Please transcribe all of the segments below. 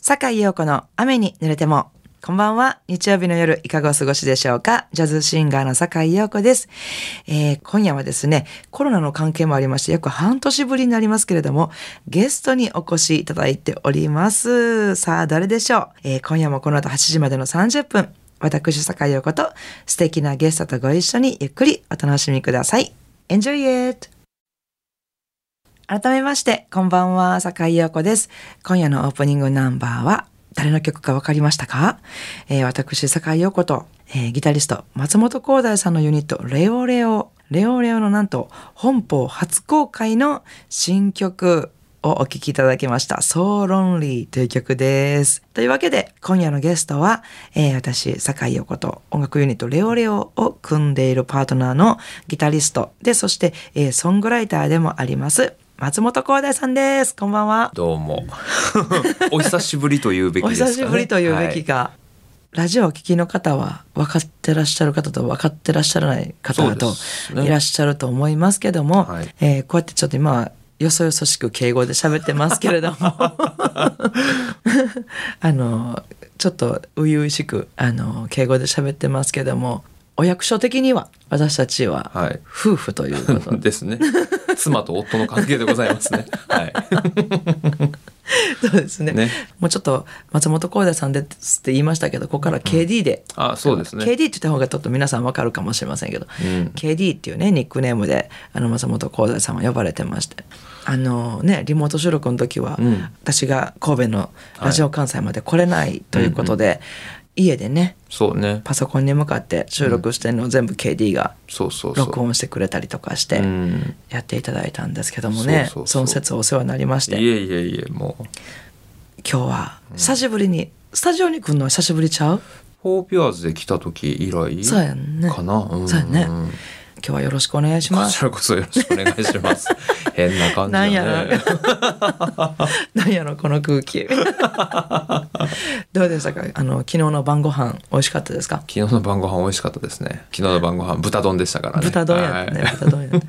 坂井陽子の雨に濡れても。こんばんは。日曜日の夜いかがお過ごしでしょうか。ジャズシンガーの坂井陽子です。今夜はですね、コロナの関係もありまして約半年ぶりになりますけれども、ゲストにお越しいただいております。さあ誰でしょう。今夜もこの後8時までの30分、私坂井陽子と素敵なゲストとご一緒にゆっくりお楽しみください。Enjoy it! 改めましてこんばんは、坂井陽子です。今夜のオープニングナンバーは誰の曲か分かりましたか？私坂井陽子と、ギタリスト松本幸大さんのユニットレオレオのなんと本邦初公開の新曲をお聴きいただきました。 So Lonely という曲です。というわけで今夜のゲストは、私坂井陽子と音楽ユニットレオレオを組んでいるパートナーのギタリストで、そして、ソングライターでもあります松本幸大さんです。こんばんは。 どうもお久しぶりというべきですかね。 お久しぶりというべきか、はい、ラジオをお聞きの方は分かってらっしゃる方と分かってらっしゃらない方といらっしゃると思いますけども、はい、こうやってちょっと今はよそよそしく敬語で喋ってますけれどもちょっと初々しく敬語で喋ってますけども、お役所的には私たちは夫婦ということ、 はい、ですね。妻と夫の関係でございますね。はい。 そうですね。もうちょっと松本幸大さんですって言いましたけど、ここから KD で、 そうですね。 KD って言った方がちょっと皆さん分かるかもしれませんけど、KD っていうねニックネームで松本幸大さんは呼ばれてまして、リモート収録の時は、私が神戸のラジオ関西まで来れないということで、家でね、 そうね、 パソコンに向かって収録してるのを全部 KD が録音してくれたりとかしてやっていただいたんですけどもね、その説お世話になりまして、 いえもう今日は久しぶりに、スタジオに来るのは久しぶりちゃう？ フォーピュアーズで来た時以来そうやんねかな。 そうやね。今日はよろししくお願いします。 こちらこそよろしくお願いします。変な感じだね。 なんやろこの空気。どうでしたか？昨日の晩ご飯美味しかったですか？ 昨日の晩ご飯美味しかったですね。昨日の晩ご飯豚丼でしたからね。 豚丼やったね。はい、豚丼やった。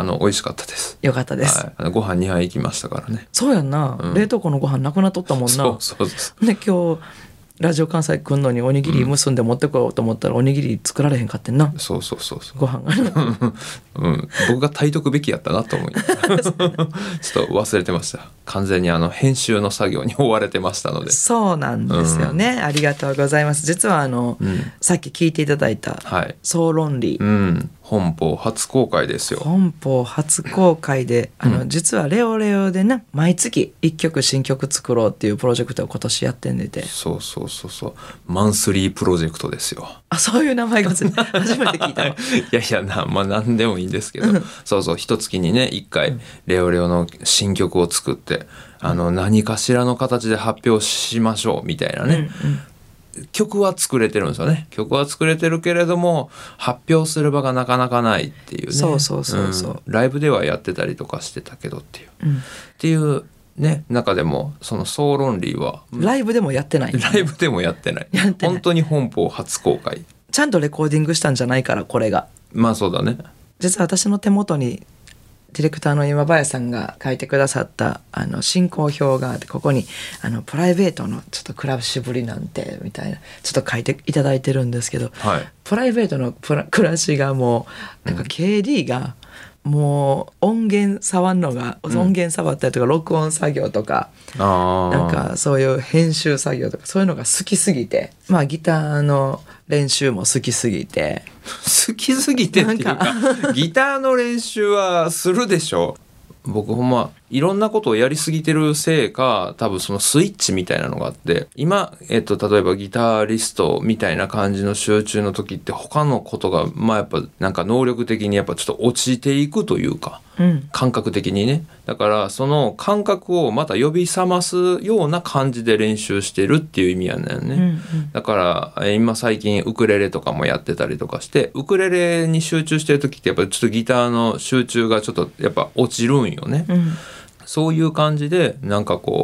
美味しかったです。 よかったです。 はい、ご飯2杯行きましたからね。 そうやんな。冷凍庫のご飯なくなっとったもんな。 そうね、今日ラジオ関西来んのにおにぎり結んで持ってこようと思ったら、おにぎり作られへんかってんな。 そうご飯が僕が炊いとくべきやったなと思いちょっと忘れてました。完全に編集の作業に追われてましたので。 そうなんですよね、ありがとうございます。実はさっき聞いていただいた「So Lonely」、 本邦初公開ですよ。 本邦初公開で実はレオレオでな、毎月1曲新曲作ろうっていうプロジェクトを今年やってんでて、 そうマンスリープロジェクトですよ。 そういう名前が初めて聞いたわ。 いや何でもいいんですけどそう一月にね1回レオレオの新曲を作って、何かしらの形で発表しましょうみたいなね、曲は作れてるんですよね。曲は作れてるけれども発表する場がなかなかないっていうね。そうライブではやってたりとかしてたけどっていうね、中でもそのソーロンリーはライブでもやってない、 ライブでもやってない本当に本邦初公開、 ちゃんとレコーディングしたんじゃないから、これがそうだね。 実は私の手元にディレクターの今林さんが書いてくださった進行表があって、ここにプライベートのちょっと暮らしぶりなんてみたいなちょっと書いていただいてるんですけど、プライベートの暮らしがもうなんか KD がもう音源触るのが、音源触ったりとか録音作業とか、なんかそういう編集作業とかそういうのが好きすぎて、ギターの練習も好きすぎてっていうかギターの練習はするでしょ。僕ほんまいろんなことをやりすぎてるせいか、多分そのスイッチみたいなのがあって、今、例えばギタリストみたいな感じの集中の時って他のことがやっぱなんか能力的にやっぱちょっと落ちていくというか、感覚的にね。だからその感覚をまた呼び覚ますような感じで練習してるっていう意味やねんね、だから今最近ウクレレとかもやってたりとかして、ウクレレに集中してる時ってやっぱちょっとギターの集中がちょっとやっぱ落ちるんよね、そういう感じでなんかこう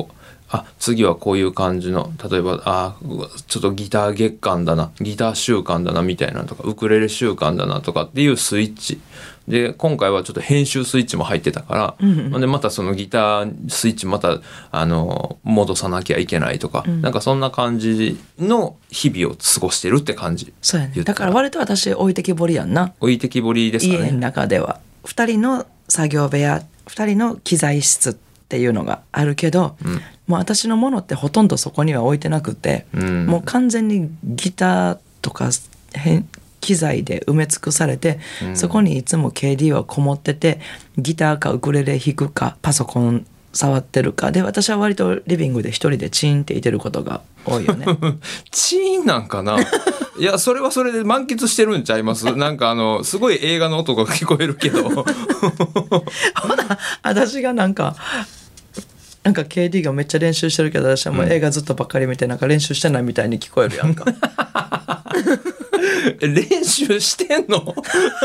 次はこういう感じの、例えばちょっとギター月間だな、ギター週間だなみたいなとか、ウクレレ週間だなとかっていうスイッチで、今回はちょっと編集スイッチも入ってたから、でまたそのギタースイッチまた戻さなきゃいけないとか、なんかそんな感じの日々を過ごしてるって感じ。 そうやね。だから割と私置いてきぼりやんな。 置いてきぼりですかね。 家の中では2人の作業部屋、2人の機材室っていうのがあるけど、もう私のものってほとんどそこには置いてなくて、もう完全にギターとか機材で埋め尽くされて、そこにいつも KD はこもってて、ギターかウクレレ弾くかパソコン触ってるかで、私は割とリビングで一人でチーンっていてることが多いよね。 チーンなんかないや、それはそれで満喫してるんちゃいます？なんかすごい映画の音が聞こえるけどほな、私がなんか KD がめっちゃ練習してるけど、私はもう映画ずっとばっかり見て、なんか練習してないみたいに聞こえるやんか。 練習してんの？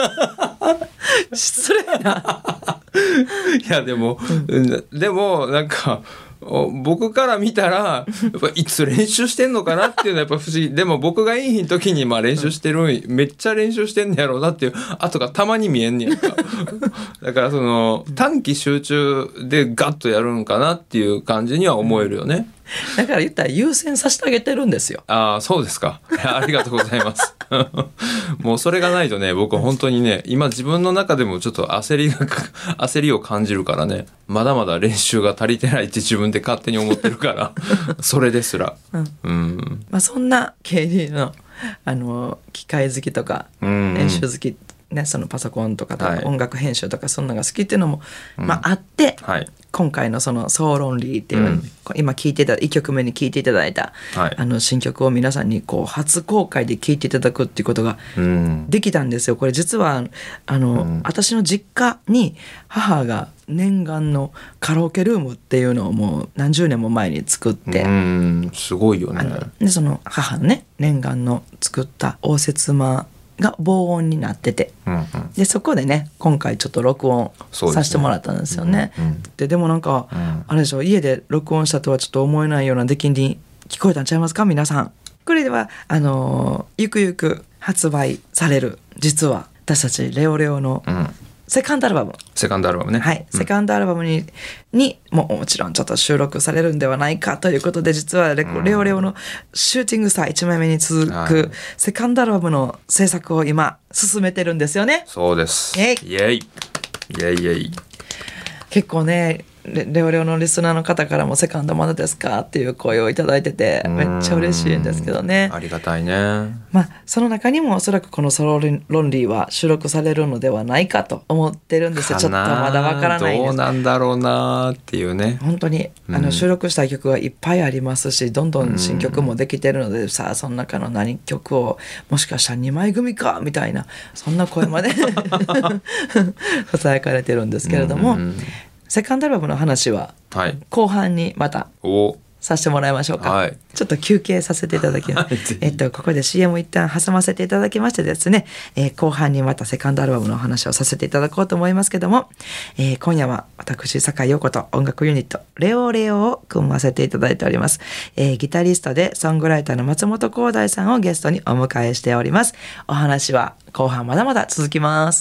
失礼な。 いやでもなんか僕から見たらやっぱいつ練習してんのかなっていうのはやっぱ不思議。でも僕がいい日の時に練習してる、めっちゃ練習してんのやろうなっていう後がたまに見えんねやんか。だからその短期集中でガッとやるんかなっていう感じには思えるよね。 だから言ったら優先させてあげてるんですよ。 そうですか。ありがとうございます。もうそれがないとね、僕本当にね、今自分の中でもちょっと焦りを感じるからね、まだまだ練習が足りてないって自分で勝手に思ってるからそれですら、 そんな KD の機械好きとか練習好き、ね、そのパソコンとか音楽編集とかそんなのが好きっていうのも、あって、今回のその「ソーロンリー」っていう、今聴いてた1曲目に聴いていただいた、新曲を皆さんにこう初公開で聴いていただくっていうことができたんですよ。これ実は私の実家に母が念願のカラオケルームっていうのをもう何十年も前に作って、 すごいよね。 でその母のね念願の作った応接間が防音になってて、でそこでね今回ちょっと録音させてもらったんですよね。でもなんか、あれでしょ、家で録音したとはちょっと思えないような出来に聞こえたんちゃいますか皆さん。これではゆくゆく発売される、実は私たちレオレオのセカンドアルバムね、 セカンドアルバムにもちろんちょっと収録されるんではないかということで、実はレオレオのシューティングスター1枚目に続くセカンドアルバムの制作を今進めてるんですよね。 そうです。イエイイエイイエイ。 結構ねレオレオのリスナーの方からもセカンドまだですかっていう声をいただいてて、めっちゃ嬉しいんですけどね。 ありがたいね。 その中にもおそらくこのソロロンリーは収録されるのではないかと思ってるんですよ。ちょっとまだわからないです。 どうなんだろうなっていうね。 本当に収録したい曲はいっぱいありますし、どんどん新曲もできてるので、さあその中の何曲をもしかしたら2枚組かみたいな、そんな声までささやかれてるんですけれども、セカンドアルバムの話は後半にまたさせてもらいましょうか。ちょっと休憩させていただきます。ここで CM 一旦挟ませていただきましてですね、後半にまたセカンドアルバムの話をさせていただこうと思いますけども、今夜は私酒井陽子と音楽ユニットレオレオを組ませていただいております。ギタリストでソングライターの松本光大さんをゲストにお迎えしております。お話は後半まだまだ続きます。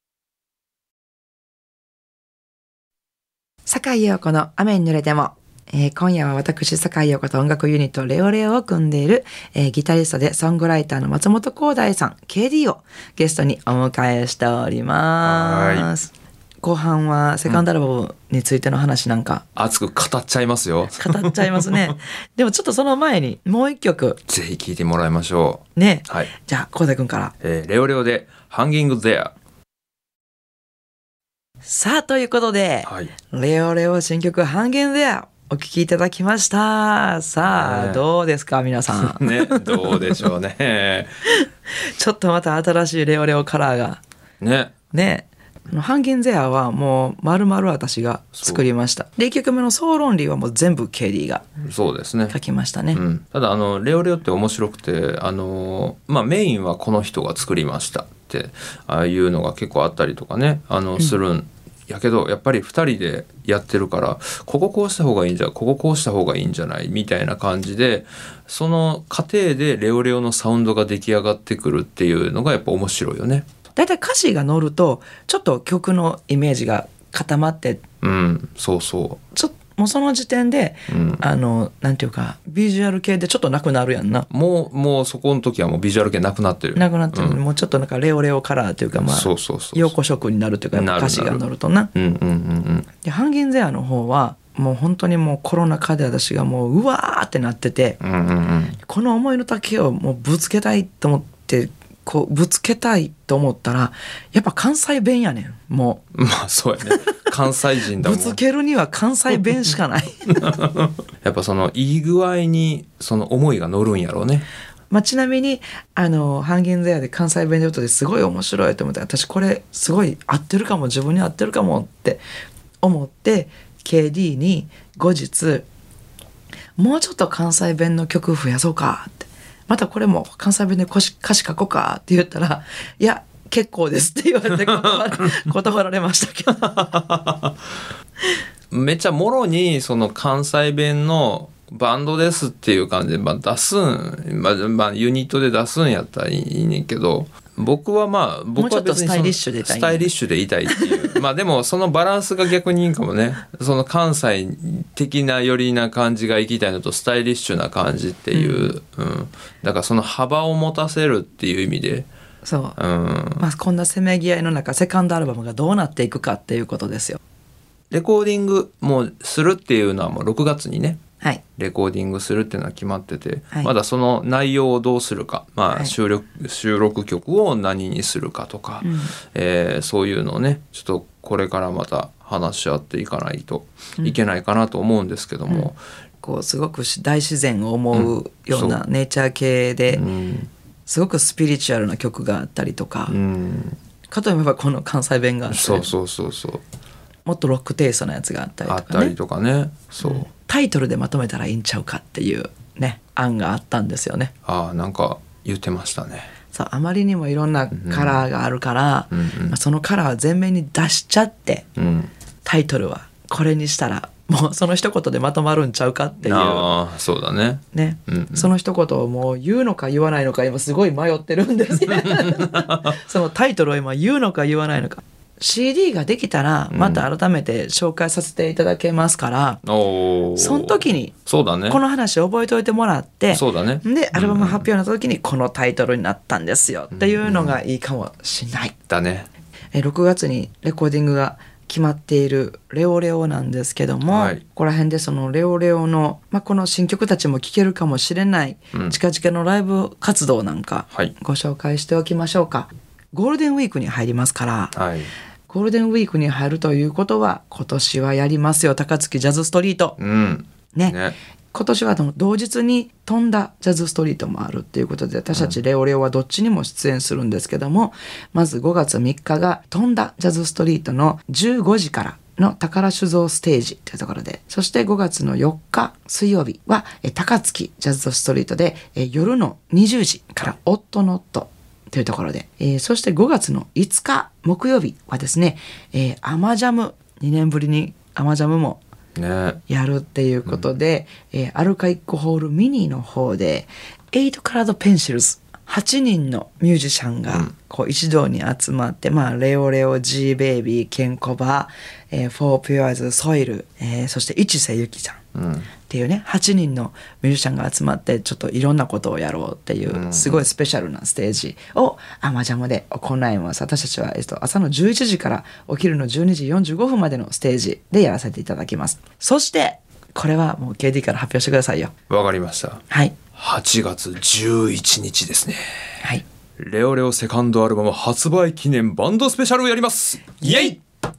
酒井陽子の雨に濡れても、今夜は私酒井陽子と音楽ユニットレオレオを組んでいる、ギタリストでソングライターの松本光大さん KD をゲストにお迎えしております。後半はセカンドアルバムについての話なんか、 熱く語っちゃいますよ。 語っちゃいますね。でもちょっとその前にもう一曲ぜひ聴いてもらいましょうね。じゃあ光大くんから、 レオレオで Hanging There。 さあということで、レオレオ新曲 Hanging Thereお聴きいただきました。さあ、どうですか皆さん。 ね、どうでしょうね。 ちょっとまた新しいレオレオカラーがね。Hanging Thereはもう丸々私が作りました。で1曲目のソーロンリーはもう全部 KD が書きましたね。 ただレオレオって面白くてメインはこの人が作りましたっていうのが結構あったりとかねするんやけどやっぱり2人でやってるからこここうした方がいいんじゃこここうした方がいいんじゃないみたいな感じでその過程でレオレオのサウンドが出来上がってくるっていうのがやっぱ面白いよね。 だいたい歌詞が乗るとちょっと曲のイメージが固まってそうそうもうその時点で、なんていうかビジュアル系でちょっとなくなるやんな。 もうそこの時はもうビジュアル系なくなってる。 もうちょっとなんかレオレオカラーというか陽子色になるというか歌詞が乗るとな。でハンギンゼアの方はもう本当にもうコロナ禍で私がもううわーってなってて、この思いの丈をもうぶつけたいと思ってこうぶつけたいと思ったらやっぱ関西弁やねんもう。 まあそうやね関西人だもんぶつけるには関西弁しかないやっぱそのいい具合にその思いが乗るんやろうね。 ちなみにハンギンゼアで関西弁で歌ってすごい面白いと思って私これすごい合ってるかも自分に合ってるかもって思って KD に後日もうちょっと関西弁の曲増やそうかってまたこれも関西弁で歌詞書こうかって言ったらいや結構ですって言われて断られましたけどめっちゃもろにその関西弁のバンドですっていう感じで出すユニットで出すんやったらいいねんけど僕は別にスタイリッシュでスタイリッシュでいたいっていうでもそのバランスが逆にいいかもね。その関西的な寄りな感じがいきたいのとスタイリッシュな感じっていう、だからその幅を持たせるっていう意味でそう、こんなせめぎ合いの中セカンドアルバムがどうなっていくかっていうことですよ。 レコーディングもするっていうのはもう6月にね、レコーディングするっていうのは決まってて、まだその内容をどうするか、収録曲を何にするかとか、そういうのをねちょっとこれからまた話し合っていかないといけないかなと思うんですけども、 こうすごく大自然を思うようなネイチャー系で、すごくスピリチュアルな曲があったりとか、かといえばこの関西弁があったりそうもっとロックテイストなやつがあったりとかね、 そうタイトルでまとめたらいいんちゃうかっていうね案があったんですよね。 なんか言ってましたね。 そうあまりにもいろんなカラーがあるから、そのカラーを前面に出しちゃって、タイトルはこれにしたらもうその一言でまとまるんちゃうかっていう。 そうだね。 その一言をもう言うのか言わないのか今すごい迷ってるんですねそのタイトルを今言うのか言わないのか。CD ができたらまた改めて紹介させていただけますから、その時にこの話覚えておいてもらって、でアルバム発表になった時にこのタイトルになったんですよっていうのがいいかもしれない。 だね。 6月にレコーディングが決まっているレオレオなんですけども、ここら辺でそのレオレオの、この新曲たちも聴けるかもしれない近々のライブ活動なんかご紹介しておきましょうか。ゴールデンウィークに入りますから、ゴールデンウィークに入るということは今年はやりますよ高槻ジャズストリート、今年は同日に飛んだジャズストリートもあるっていうことで私たちレオレオはどっちにも出演するんですけども、まず5月3日が飛んだジャズストリートの15時からの宝酒造ステージというところで、そして5月の4日水曜日は高槻ジャズストリートで夜の20時からオットノットというところで、そして5月の5日木曜日はですね、アマジャム2年ぶりにアマジャムもやるっていうことで、アルカイックホールミニの方で8カラードペンシルズ8人のミュージシャンがこう一堂に集まって、レオレオ G ベイビーケンコバ、フォーピュアーズソイル、そして市瀬ゆきちゃんっていうね8人のミュージシャンが集まってちょっといろんなことをやろうっていうすごいスペシャルなステージをアマジャムで行います。私たちは、朝の11時からお昼の12時45分までのステージでやらせていただきます。そしてこれはもう KD から発表してくださいよ。 わかりました。8月11日ですね。レオレオセカンドアルバム発売記念バンドスペシャルをやります。イエイ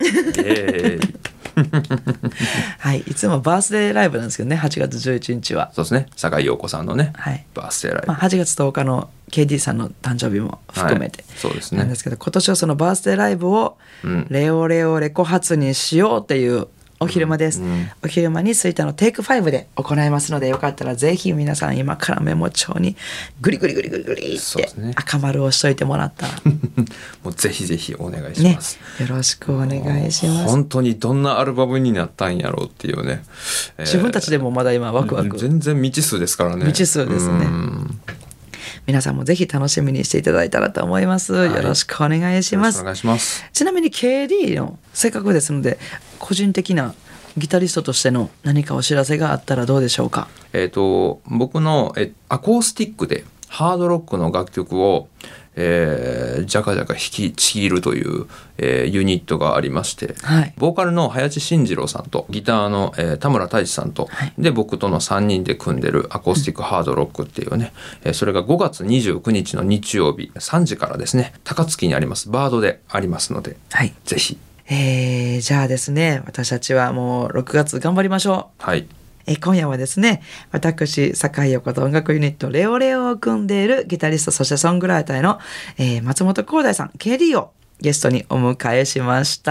いつもバースデーライブなんですけどね8月11日はそうですね酒井陽子さんのね、バースデーライブ、 8月10日の KD さんの誕生日も含めて、 そうですねなんですけど今年はそのバースデーライブをレオレオレコ発にしようっていうお昼間です、お昼間に吹田のテイク5で行いますので、よかったらぜひ皆さん今からメモ帳にグリグリグリグリグリって赤丸をしといてもらったらもうぜひぜひお願いします、 よろしくお願いします。 本当にどんなアルバムになったんやろうっていうね、 自分たちでもまだ今ワクワク、 全然未知数ですからね。 未知数ですね。皆さんもぜひ楽しみにしていただいたらと思います、よろしくお願いします。 お願いします。 ちなみに KD のせっかくですので、個人的なギタリストとしての何かお知らせがあったらどうでしょうか。 僕のアコースティックでハードロックの楽曲をジャカジャカ弾きちぎるという、ユニットがありまして、 はい、 ボーカルの林慎二郎さんとギターの、田村太一さんと、はい、で僕との3人で組んでるアコースティックハードロックっていうね、それが5月29日の日曜日3時からですね、高槻にありますバードでありますので、はい、ぜひ。 じゃあですね、私たちはもう6月頑張りましょう。 はい。 今夜はですね、私坂井陽子と音楽ユニットレオレオを組んでいるギタリスト、そしてソングライターの、松本光大さん KD をゲストにお迎えしました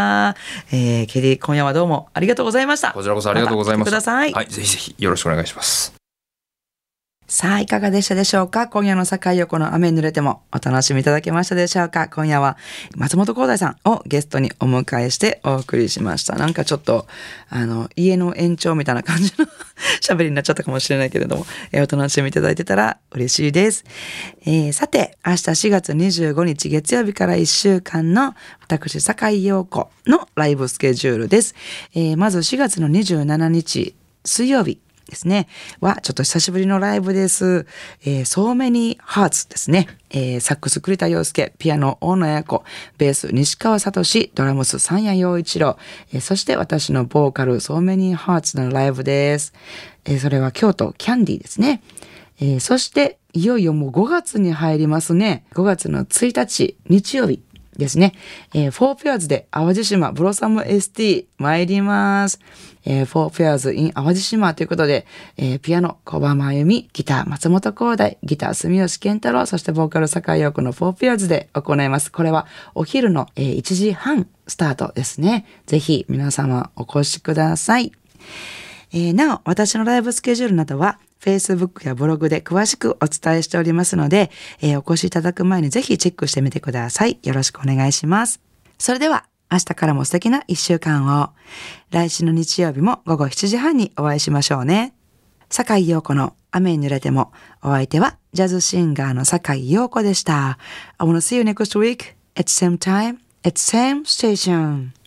、KD 今夜はどうもありがとうございました。 こちらこそありがとうございました。 また来てください。 はい、ぜひぜひよろしくお願いします。 さあいかがでしたでしょうか。今夜の坂井陽子の雨に濡れてもお楽しみいただけましたでしょうか。今夜は松本光大さんをゲストにお迎えしてお送りしました。なんかちょっと家の延長みたいな感じの喋りになっちゃったかもしれないけれども、お楽しみいただいてたら嬉しいです。さて明日4月25日月曜日から1週間の私坂井陽子のライブスケジュールです。まず4月の27日水曜日ですねはちょっと久しぶりのライブです。So Many Hearts ですね。サックス栗田洋介、ピアノ大野彩子、ベース西川聡、ドラムス三谷陽一郎、そして私のボーカル So Many Hearts のライブです。それは京都キャンディですね。そしていよいよもう5月に入りますね。5月の1日日曜日ですね。4 pairs で淡路島ブロサム ST 参ります。4 pairs in 淡路島ということで、ピアノ小葉真由美、ギター松本光大、ギター住吉健太郎、そしてボーカル坂井陽子の4 pairs で行います。これはお昼の1時半スタートですね。ぜひ皆様お越しください。なお私のライブスケジュールなどはFacebook やブログで詳しくお伝えしておりますので、お越しいただく前にぜひチェックしてみてください。よろしくお願いします。それでは明日からも素敵な1週間を。来週の日曜日も午後7時半にお会いしましょうね。坂井陽子の雨に濡れても、お相手はジャズシンガーの坂井陽子でした。I wanna see you next week at same time at same station.